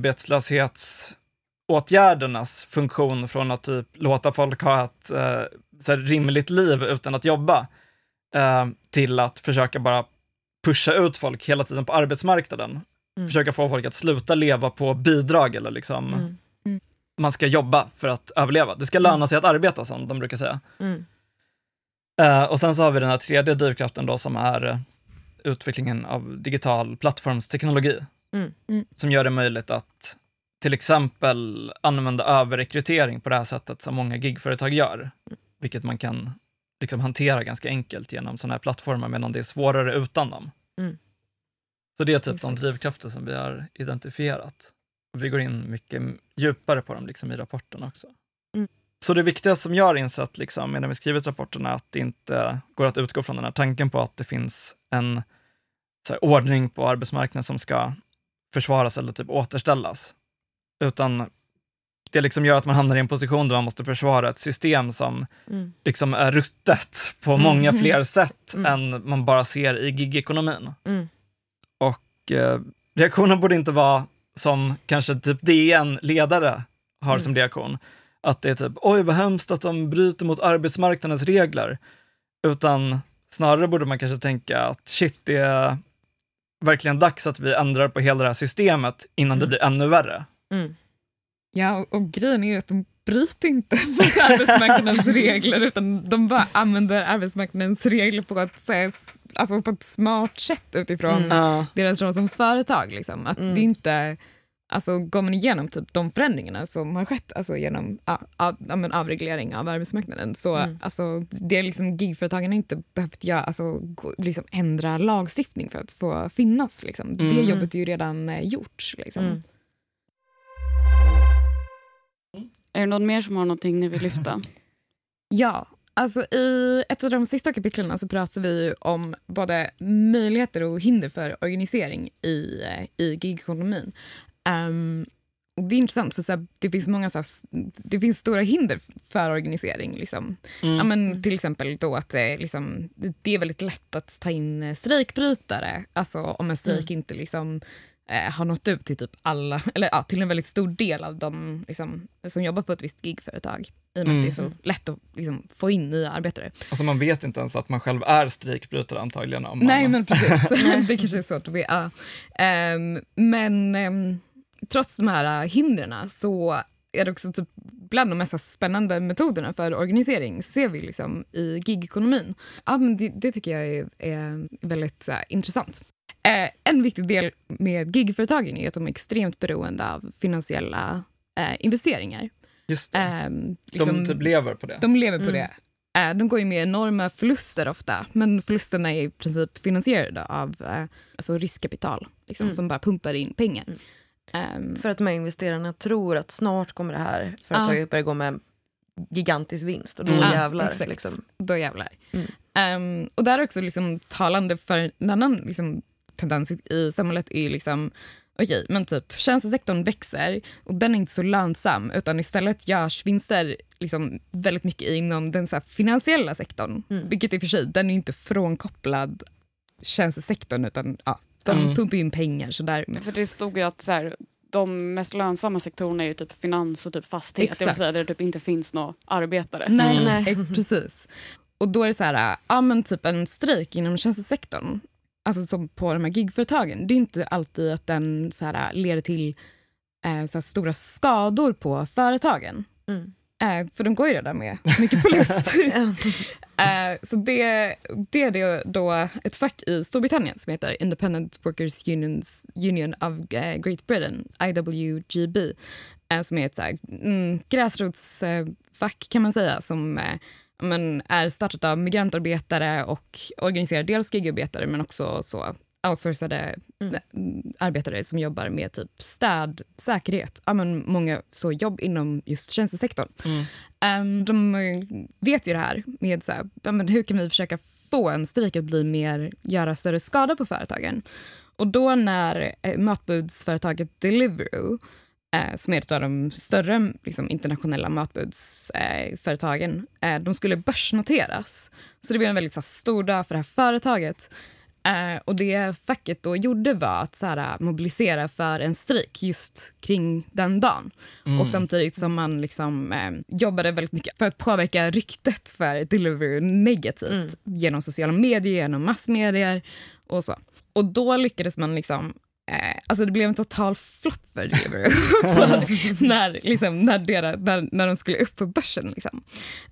arbetslöshetsåtgärdernas funktion från att typ låta folk ha ett så här rimligt liv utan att jobba, till att försöka bara pusha ut folk hela tiden på arbetsmarknaden. Försöka få folk att sluta leva på bidrag eller liksom man ska jobba för att överleva. Det ska löna sig att arbeta, som de brukar säga. Och sen så har vi den här tredje drivkraften då, som är utvecklingen av digital plattformsteknologi. Som gör det möjligt att till exempel använda överrekrytering på det här sättet som många gigföretag gör. Vilket man kan liksom hantera ganska enkelt genom sådana här plattformar, medan det är svårare utan dem. Så det är typ de drivkrafter som vi har identifierat. Och vi går in mycket djupare på dem liksom i rapporten också. Så det viktigaste som jag har insett liksom, när vi skrivit rapporten är att det inte går att utgå från den här tanken på att det finns en så här, ordning på arbetsmarknaden som ska försvaras eller typ återställas. Utan det liksom gör att man hamnar i en position där man måste försvara ett system som liksom är ruttet på många fler sätt än man bara ser i gigekonomin. Och reaktionen borde inte vara som kanske typ DN-ledare har som reaktion. Att det är typ, oj vad hemskt att de bryter mot arbetsmarknadens regler. Utan snarare borde man kanske tänka att shit, det är verkligen dags att vi ändrar på hela det här systemet innan det blir ännu värre. Ja, och grejen är ju att de bryter inte mot arbetsmarknadens regler, utan de bara använder arbetsmarknadens regler på ett smart sätt utifrån deras roll som företag. Liksom. Att det inte, alltså, går man igenom typ de förändringarna som har skett alltså, genom avreglering av arbetsmarknaden, så alltså, det är liksom, gigföretagen har inte behövt liksom ändra lagstiftning för att få finnas. Liksom. Det jobbet är ju redan gjort. Liksom. Är det någon mer som har någonting ni vill lyfta? Ja, alltså i ett av de sista kapitlen så pratar vi om både möjligheter och hinder för organisering i gigekonomin. Och det är intressant för så här, det finns många det finns stora hinder för organisering liksom. Ja, men till exempel då att liksom, det är väldigt lätt att ta in strejkbrytare, alltså om en strejk inte liksom har nått ut till typ alla, eller till en väldigt stor del av de liksom, som jobbar på ett visst gigföretag, i och med att det är så lätt att liksom, få in nya arbetare. Alltså man vet inte ens att man själv är strejkbrytare antagligen. Om Nej, men precis. Det kanske är svårt att veta. Men trots de här hindren så är det också typ bland de mest spännande metoderna för organisering ser vi liksom i gigekonomin. Ja, men det tycker jag är väldigt intressant. En viktig del med gigföretagen är att de är extremt beroende av finansiella investeringar. Just det. Liksom, de typ lever på det. De lever på det. De går ju med enorma förluster ofta, men förlusterna är i princip finansierade av alltså riskkapital liksom, som bara pumpar in pengar. För att de här investerarna tror att snart kommer det här företaget börja gå med gigantisk vinst och då jävlar. Exakt. Liksom. Då jävlar. Och där är också liksom talande för en annan liksom, tendens i samhället är liksom okej, men typ tjänstesektorn växer och den är inte så lönsam utan istället görs vinster liksom väldigt mycket inom den så här finansiella sektorn. Vilket i och för sig, den är inte frånkopplad tjänstesektorn utan de pumpar in pengar sådär. För det stod ju att så här, de mest lönsamma sektorerna är ju typ finans och typ fastighet. Det vill säga där det typ inte finns några arbetare. Nej, precis. Och då är det så här, men typ en strejk inom tjänstesektorn. Alltså som på de här gigföretagen. Det är inte alltid att den så här, leder till så här, stora skador på företagen. För de går ju redan med mycket förlust. Så det är då ett fack i Storbritannien som heter Independent Workers Union of Great Britain, IWGB, som är ett så här, gräsrotsfack kan man säga som är startat av migrantarbetare och organiserar dels gigarbetare men också så outsourcade arbetare som jobbar med typ städ, säkerhet, många så jobb inom just tjänstesektorn. De vet ju det här med så här, men hur kan vi försöka få en strejk att göra större skada på företagen. Och då när matbudsföretaget Deliveroo som är ett av de större liksom, internationella matbudsföretagen, de skulle börsnoteras. Så det blev en väldigt så här, stor dag för det här företaget. Och det facket då gjorde var att så här, mobilisera för en strejk just kring den dagen. Och samtidigt som man liksom, jobbade väldigt mycket för att påverka ryktet för Deliveroo negativt genom sociala medier, genom massmedier och så. Och då lyckades man liksom alltså det blev en total flopp för Deliveroo när de skulle upp på börsen liksom.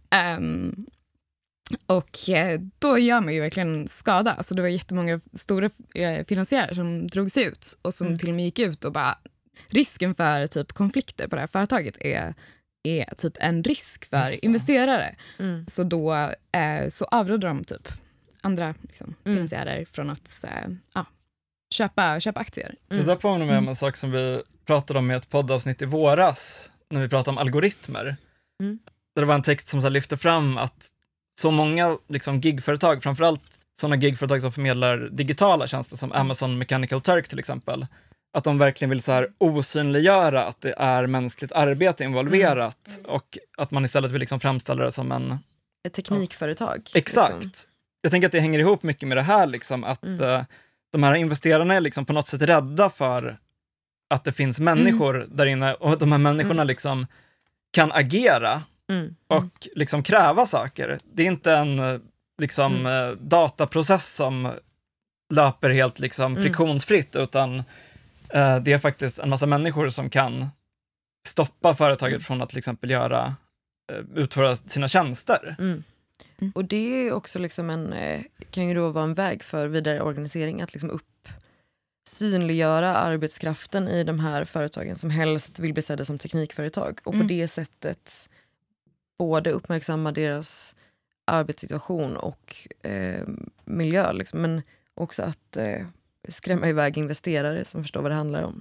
Och då gör man ju verkligen skada. Alltså det var jättemånga stora finansiärer som drog sig ut och som till och med gick ut och bara risken för typ konflikter på det här företaget är typ en risk för investerare. Så då så avrådde de typ andra liksom, finansiärer från att köpa aktier. Det där påminner mig om en sak som vi pratade om i ett poddavsnitt i våras när vi pratade om algoritmer. Där det var en text som så lyfte fram att så många liksom, gigföretag, framförallt sådana gigföretag som förmedlar digitala tjänster som Amazon Mechanical Turk till exempel, att de verkligen vill så här osynliggöra att det är mänskligt arbete involverat och att man istället vill liksom framställa det som ett teknikföretag. Exakt. Liksom. Jag tänker att det hänger ihop mycket med det här liksom, att de här investerarna är liksom på något sätt rädda för att det finns människor där inne och de här människorna liksom kan agera och liksom kräva saker. Det är inte en liksom dataprocess som löper helt liksom friktionsfritt utan det är faktiskt en massa människor som kan stoppa företaget från att till exempel utföra sina tjänster. Och det är också liksom kan ju då vara en väg för vidare organisering att liksom synliggöra arbetskraften i de här företagen som helst vill bli sedda som teknikföretag och på det sättet både uppmärksamma deras arbetssituation och miljö liksom, men också att skrämma iväg investerare som förstår vad det handlar om.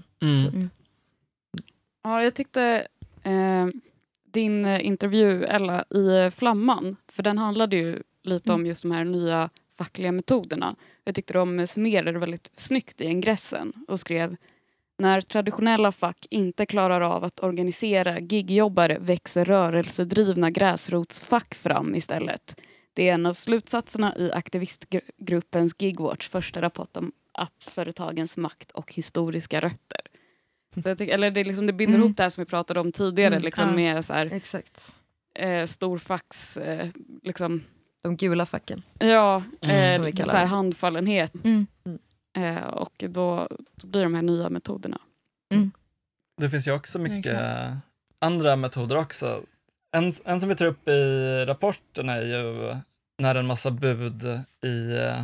Ja, jag tyckte din intervju, Ella, i Flamman, för den handlade ju lite om just de här nya fackliga metoderna. Jag tyckte de summerade väldigt snyggt i ingressen och skrev: när traditionella fack inte klarar av att organisera gigjobbare växer rörelsedrivna gräsrotsfack fram istället. Det är en av slutsatserna i aktivistgruppens Gigwatch första rapport om appföretagens makt och historiska rötter. Eller det, liksom, det binder ihop det här som vi pratade om tidigare liksom, med så här, exakt. Storfacks liksom, de gula facken. Ja, så här handfallenhet. Och då blir de här nya metoderna. Det finns ju också mycket andra metoder också. En som vi tar upp i rapporten är ju när en massa bud i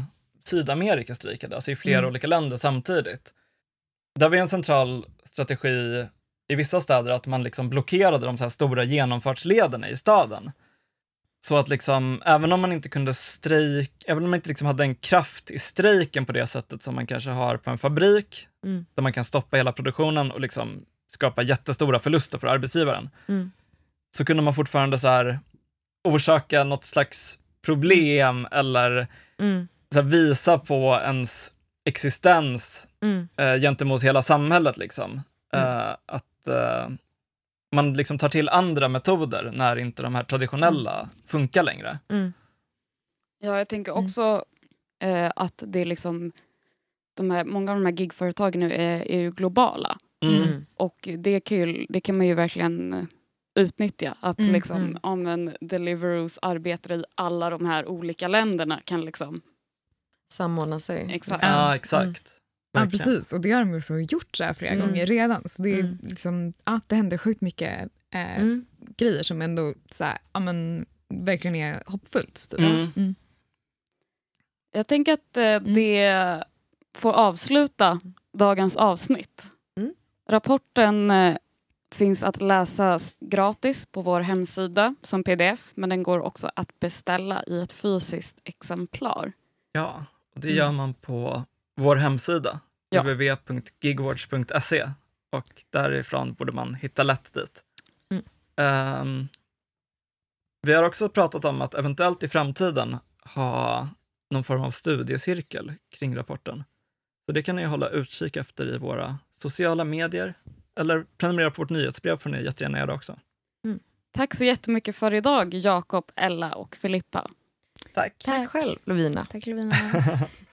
Sydamerika strejkade, alltså i flera olika länder samtidigt. Där var en central strategi i vissa städer att man liksom blockerade de så här stora genomfartslederna i staden. Så att liksom, även om man inte kunde även om man inte liksom hade en kraft i strejken på det sättet som man kanske har på en fabrik, där man kan stoppa hela produktionen och liksom skapa jättestora förluster för arbetsgivaren, så kunde man fortfarande så här orsaka något slags problem eller så här visa på ens existens gentemot hela samhället liksom. Att man liksom tar till andra metoder när inte de här traditionella funkar längre. Ja, jag tänker också att det är liksom många av de här gigföretagen nu är ju globala. Och det kan man ju verkligen utnyttja. Att liksom, om en Deliveroo's arbetare i alla de här olika länderna kan liksom samordna sig. Exakt. Ja, exakt. Ja, precis. Och det har de ju så gjort så här flera gånger redan. Så det är liksom, det händer sjukt mycket grejer som ändå så här, verkligen är hoppfullt. Typ. Jag tänker att det får avsluta dagens avsnitt. Rapporten finns att läsa gratis på vår hemsida som pdf, men den går också att beställa i ett fysiskt exemplar. Ja, och det gör man på vår hemsida, www.gigwatch.se, och därifrån borde man hitta lätt dit. Vi har också pratat om att eventuellt i framtiden ha någon form av studiecirkel kring rapporten. Så det kan ni hålla utkik efter i våra sociala medier, eller prenumerera på vårt nyhetsbrev får ni jättegärna göra också. Tack så jättemycket för idag, Jakob, Ella och Filippa. Tack. Tack själv, Lovina. Tack, Lovina.